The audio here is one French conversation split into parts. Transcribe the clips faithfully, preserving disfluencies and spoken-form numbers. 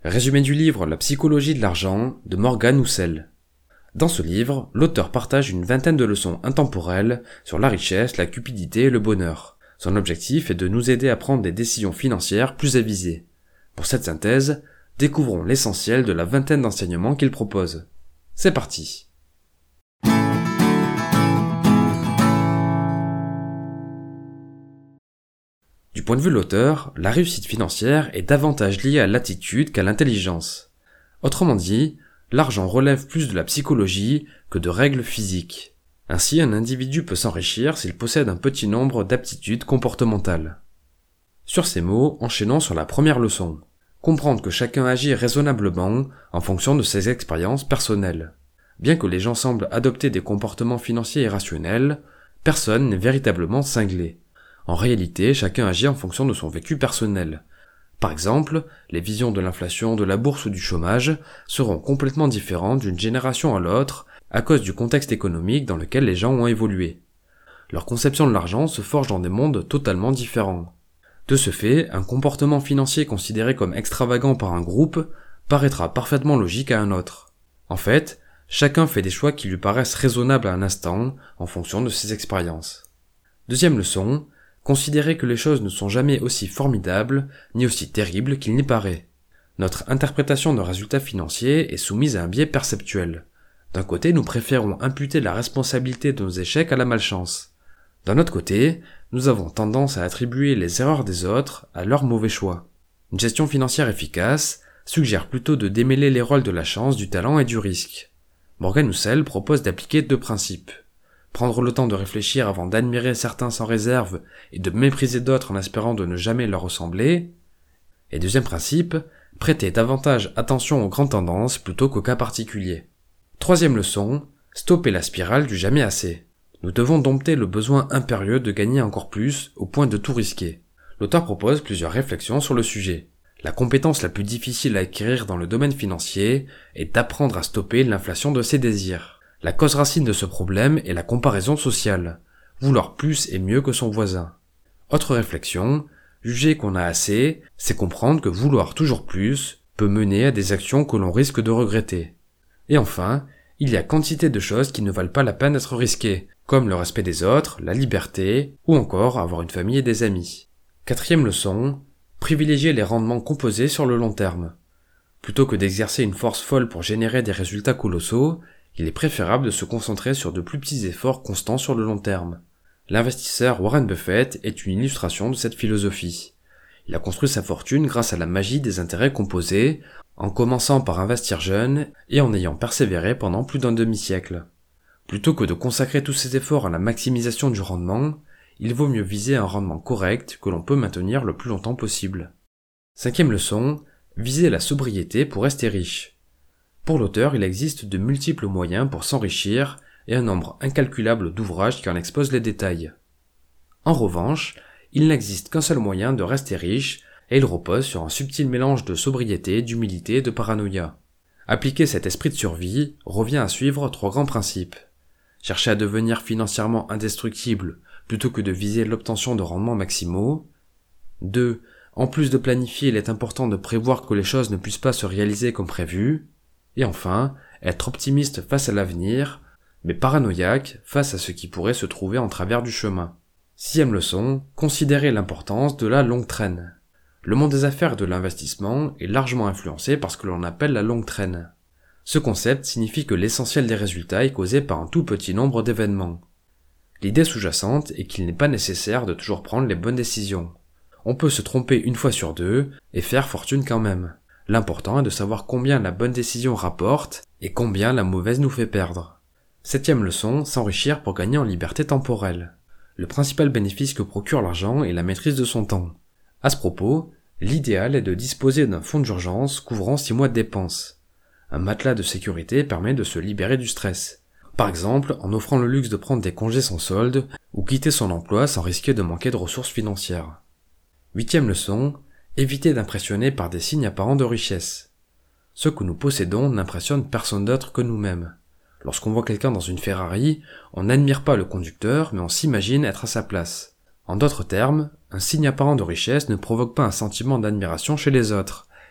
Résumé du livre La psychologie de l'argent de Morgan Housel. Dans ce livre, l'auteur partage une vingtaine de leçons intemporelles sur la richesse, la cupidité et le bonheur. Son objectif est de nous aider à prendre des décisions financières plus avisées. Pour cette synthèse, découvrons l'essentiel de la vingtaine d'enseignements qu'il propose. C'est parti! Du point de vue de l'auteur, la réussite financière est davantage liée à l'attitude qu'à l'intelligence. Autrement dit, l'argent relève plus de la psychologie que de règles physiques. Ainsi, un individu peut s'enrichir s'il possède un petit nombre d'aptitudes comportementales. Sur ces mots, enchaînons sur la première leçon. Comprendre que chacun agit raisonnablement en fonction de ses expériences personnelles. Bien que les gens semblent adopter des comportements financiers irrationnels, personne n'est véritablement cinglé. En réalité, chacun agit en fonction de son vécu personnel. Par exemple, les visions de l'inflation, de la bourse ou du chômage seront complètement différentes d'une génération à l'autre à cause du contexte économique dans lequel les gens ont évolué. Leur conception de l'argent se forge dans des mondes totalement différents. De ce fait, un comportement financier considéré comme extravagant par un groupe paraîtra parfaitement logique à un autre. En fait, chacun fait des choix qui lui paraissent raisonnables à un instant en fonction de ses expériences. Deuxième leçon, considérer que les choses ne sont jamais aussi formidables ni aussi terribles qu'il n'y paraît. Notre interprétation de résultats financiers est soumise à un biais perceptuel. D'un côté, nous préférons imputer la responsabilité de nos échecs à la malchance. D'un autre côté, nous avons tendance à attribuer les erreurs des autres à leurs mauvais choix. Une gestion financière efficace suggère plutôt de démêler les rôles de la chance, du talent et du risque. Morgan Housel propose d'appliquer deux principes. Prendre le temps de réfléchir avant d'admirer certains sans réserve et de mépriser d'autres en espérant de ne jamais leur ressembler. Et deuxième principe, prêter davantage attention aux grandes tendances plutôt qu'aux cas particuliers. Troisième leçon, stopper la spirale du jamais assez. Nous devons dompter le besoin impérieux de gagner encore plus au point de tout risquer. L'auteur propose plusieurs réflexions sur le sujet. La compétence la plus difficile à acquérir dans le domaine financier est d'apprendre à stopper l'inflation de ses désirs. La cause racine de ce problème est la comparaison sociale. Vouloir plus et mieux que son voisin. Autre réflexion, juger qu'on a assez, c'est comprendre que vouloir toujours plus peut mener à des actions que l'on risque de regretter. Et enfin, il y a quantité de choses qui ne valent pas la peine d'être risquées, comme le respect des autres, la liberté, ou encore avoir une famille et des amis. Quatrième leçon, privilégier les rendements composés sur le long terme. Plutôt que d'exercer une force folle pour générer des résultats colossaux, il est préférable de se concentrer sur de plus petits efforts constants sur le long terme. L'investisseur Warren Buffett est une illustration de cette philosophie. Il a construit sa fortune grâce à la magie des intérêts composés, en commençant par investir jeune et en ayant persévéré pendant plus d'un demi-siècle. Plutôt que de consacrer tous ses efforts à la maximisation du rendement, il vaut mieux viser un rendement correct que l'on peut maintenir le plus longtemps possible. Cinquième leçon, viser la sobriété pour rester riche. Pour l'auteur, il existe de multiples moyens pour s'enrichir et un nombre incalculable d'ouvrages qui en exposent les détails. En revanche, il n'existe qu'un seul moyen de rester riche et il repose sur un subtil mélange de sobriété, d'humilité et de paranoïa. Appliquer cet esprit de survie revient à suivre trois grands principes. Chercher à devenir financièrement indestructible plutôt que de viser l'obtention de rendements maximaux. deux. En plus de planifier, il est important de prévoir que les choses ne puissent pas se réaliser comme prévu. Et enfin, être optimiste face à l'avenir, mais paranoïaque face à ce qui pourrait se trouver en travers du chemin. Sixième leçon, considérer l'importance de la longue traîne. Le monde des affaires et de l'investissement est largement influencé par ce que l'on appelle la longue traîne. Ce concept signifie que l'essentiel des résultats est causé par un tout petit nombre d'événements. L'idée sous-jacente est qu'il n'est pas nécessaire de toujours prendre les bonnes décisions. On peut se tromper une fois sur deux et faire fortune quand même. L'important est de savoir combien la bonne décision rapporte et combien la mauvaise nous fait perdre. Septième leçon, s'enrichir pour gagner en liberté temporelle. Le principal bénéfice que procure l'argent est la maîtrise de son temps. À ce propos, l'idéal est de disposer d'un fonds d'urgence couvrant six mois de dépenses. Un matelas de sécurité permet de se libérer du stress. Par exemple, en offrant le luxe de prendre des congés sans solde ou quitter son emploi sans risquer de manquer de ressources financières. Huitième leçon, éviter d'impressionner par des signes apparents de richesse. Ce que nous possédons n'impressionne personne d'autre que nous-mêmes. Lorsqu'on voit quelqu'un dans une Ferrari, on n'admire pas le conducteur, mais on s'imagine être à sa place. En d'autres termes, un signe apparent de richesse ne provoque pas un sentiment d'admiration chez les autres.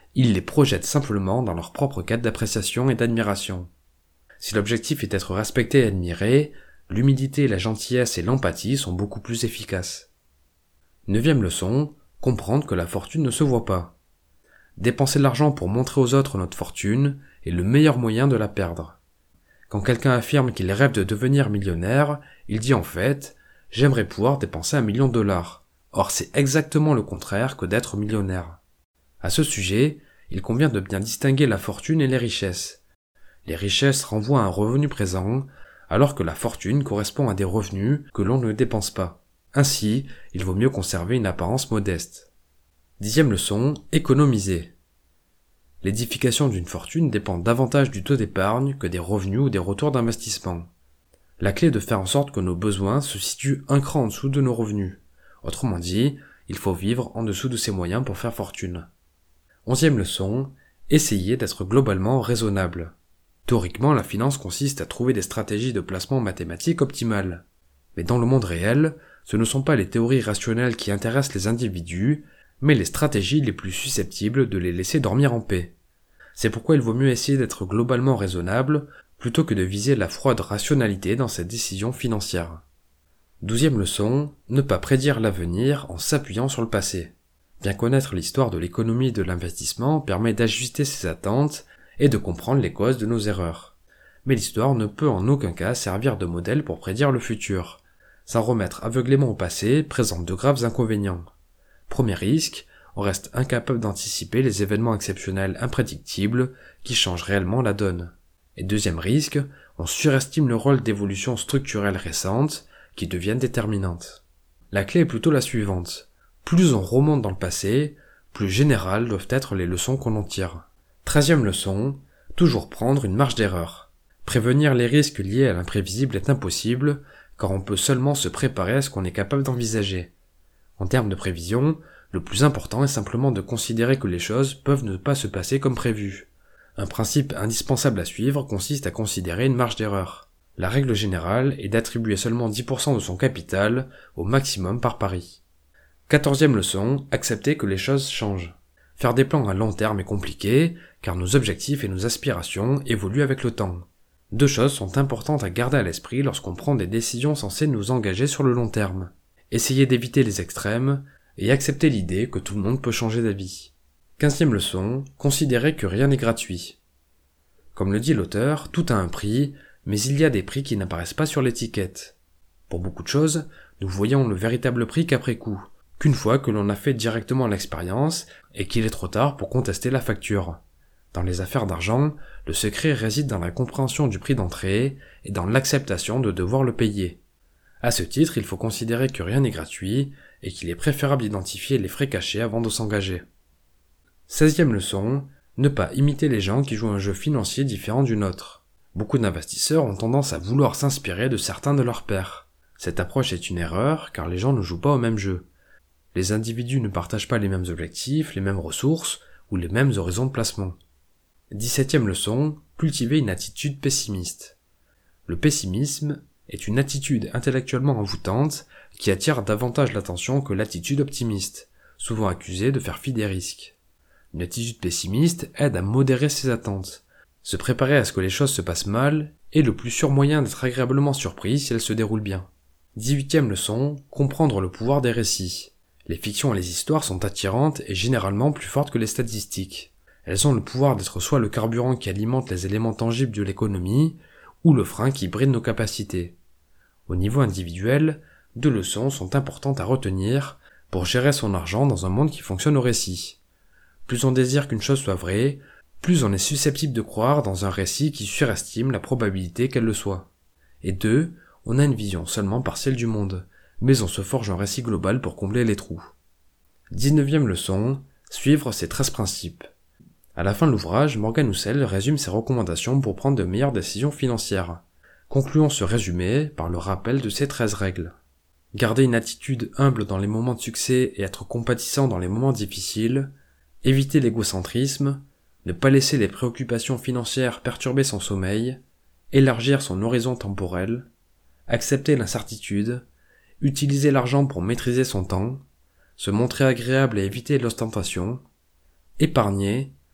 Ils les projettent simplement dans leur propre cadre d'appréciation et d'admiration. Si l'objectif est d'être respecté et admiré, l'humilité, la gentillesse et l'empathie sont beaucoup plus efficaces. Neuvième leçon, comprendre que la fortune ne se voit pas. Dépenser de l'argent pour montrer aux autres notre fortune est le meilleur moyen de la perdre. Quand quelqu'un affirme qu'il rêve de devenir millionnaire, il dit en fait « j'aimerais pouvoir dépenser un million de dollars ». Or c'est exactement le contraire que d'être millionnaire. À ce sujet, il convient de bien distinguer la fortune et les richesses. Les richesses renvoient à un revenu présent, alors que la fortune correspond à des revenus que l'on ne dépense pas. Ainsi, il vaut mieux conserver une apparence modeste. Dixième leçon, économiser. L'édification d'une fortune dépend davantage du taux d'épargne que des revenus ou des retours d'investissement. La clé est de faire en sorte que nos besoins se situent un cran en dessous de nos revenus. Autrement dit, il faut vivre en dessous de ses moyens pour faire fortune. Onzième leçon, essayer d'être globalement raisonnable. Théoriquement, la finance consiste à trouver des stratégies de placement mathématiques optimales. Mais dans le monde réel, ce ne sont pas les théories rationnelles qui intéressent les individus, mais les stratégies les plus susceptibles de les laisser dormir en paix. C'est pourquoi il vaut mieux essayer d'être globalement raisonnable, plutôt que de viser la froide rationalité dans ses décisions financières. Douzième leçon, ne pas prédire l'avenir en s'appuyant sur le passé. Bien connaître l'histoire de l'économie et de l'investissement permet d'ajuster ses attentes et de comprendre les causes de nos erreurs. Mais l'histoire ne peut en aucun cas servir de modèle pour prédire le futur. S'en remettre aveuglément au passé présente de graves inconvénients. Premier risque, on reste incapable d'anticiper les événements exceptionnels imprédictibles qui changent réellement la donne. Et deuxième risque, on surestime le rôle d'évolutions structurelles récentes qui deviennent déterminantes. La clé est plutôt la suivante. Plus on remonte dans le passé, plus générales doivent être les leçons qu'on en tire. Treizième leçon, toujours prendre une marge d'erreur. Prévenir les risques liés à l'imprévisible est impossible, car on peut seulement se préparer à ce qu'on est capable d'envisager. En termes de prévision, le plus important est simplement de considérer que les choses peuvent ne pas se passer comme prévu. Un principe indispensable à suivre consiste à considérer une marge d'erreur. La règle générale est d'attribuer seulement dix pour cent de son capital au maximum par pari. Quatorzième leçon, accepter que les choses changent. Faire des plans à long terme est compliqué, car nos objectifs et nos aspirations évoluent avec le temps. Deux choses sont importantes à garder à l'esprit lorsqu'on prend des décisions censées nous engager sur le long terme. Essayer d'éviter les extrêmes, et accepter l'idée que tout le monde peut changer d'avis. Quinzième leçon, considérer que rien n'est gratuit. Comme le dit l'auteur, tout a un prix, mais il y a des prix qui n'apparaissent pas sur l'étiquette. Pour beaucoup de choses, nous voyons le véritable prix qu'après coup, qu'une fois que l'on a fait directement l'expérience et qu'il est trop tard pour contester la facture. Dans les affaires d'argent, le secret réside dans la compréhension du prix d'entrée et dans l'acceptation de devoir le payer. À ce titre, il faut considérer que rien n'est gratuit et qu'il est préférable d'identifier les frais cachés avant de s'engager. Seizième leçon, ne pas imiter les gens qui jouent un jeu financier différent du nôtre. Beaucoup d'investisseurs ont tendance à vouloir s'inspirer de certains de leurs pairs. Cette approche est une erreur car les gens ne jouent pas au même jeu. Les individus ne partagent pas les mêmes objectifs, les mêmes ressources ou les mêmes horizons de placement. Dix-septième leçon, cultiver une attitude pessimiste. Le pessimisme est une attitude intellectuellement envoûtante qui attire davantage l'attention que l'attitude optimiste, souvent accusée de faire fi des risques. Une attitude pessimiste aide à modérer ses attentes. Se préparer à ce que les choses se passent mal est le plus sûr moyen d'être agréablement surpris si elles se déroulent bien. Dix-huitième leçon, comprendre le pouvoir des récits. Les fictions et les histoires sont attirantes et généralement plus fortes que les statistiques. Elles ont le pouvoir d'être soit le carburant qui alimente les éléments tangibles de l'économie, ou le frein qui bride nos capacités. Au niveau individuel, deux leçons sont importantes à retenir pour gérer son argent dans un monde qui fonctionne au récit. Plus on désire qu'une chose soit vraie, plus on est susceptible de croire dans un récit qui surestime la probabilité qu'elle le soit. Et deux, on a une vision seulement partielle du monde, mais on se forge un récit global pour combler les trous. Dix-neuvième leçon, suivre ces treize principes. À la fin de l'ouvrage, Morgan Housel résume ses recommandations pour prendre de meilleures décisions financières. Concluons ce résumé par le rappel de ces treize règles. Garder une attitude humble dans les moments de succès et être compatissant dans les moments difficiles, éviter l'égocentrisme, ne pas laisser les préoccupations financières perturber son sommeil, élargir son horizon temporel, accepter l'incertitude, utiliser l'argent pour maîtriser son temps, se montrer agréable et éviter l'ostentation, épargner,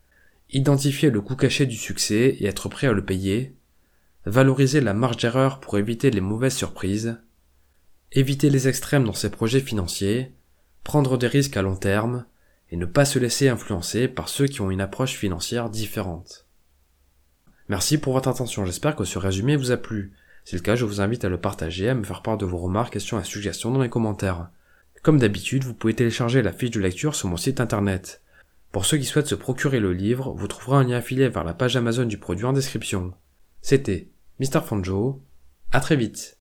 identifier le coût caché du succès et être prêt à le payer, valoriser la marge d'erreur pour éviter les mauvaises surprises, éviter les extrêmes dans ses projets financiers, prendre des risques à long terme et ne pas se laisser influencer par ceux qui ont une approche financière différente. Merci pour votre attention, j'espère que ce résumé vous a plu. Si c'est le cas, je vous invite à le partager, à me faire part de vos remarques, questions et suggestions dans les commentaires. Comme d'habitude, vous pouvez télécharger la fiche de lecture sur mon site internet. Pour ceux qui souhaitent se procurer le livre, vous trouverez un lien affilié vers la page Amazon du produit en description. C'était Mister Fanjo, à très vite.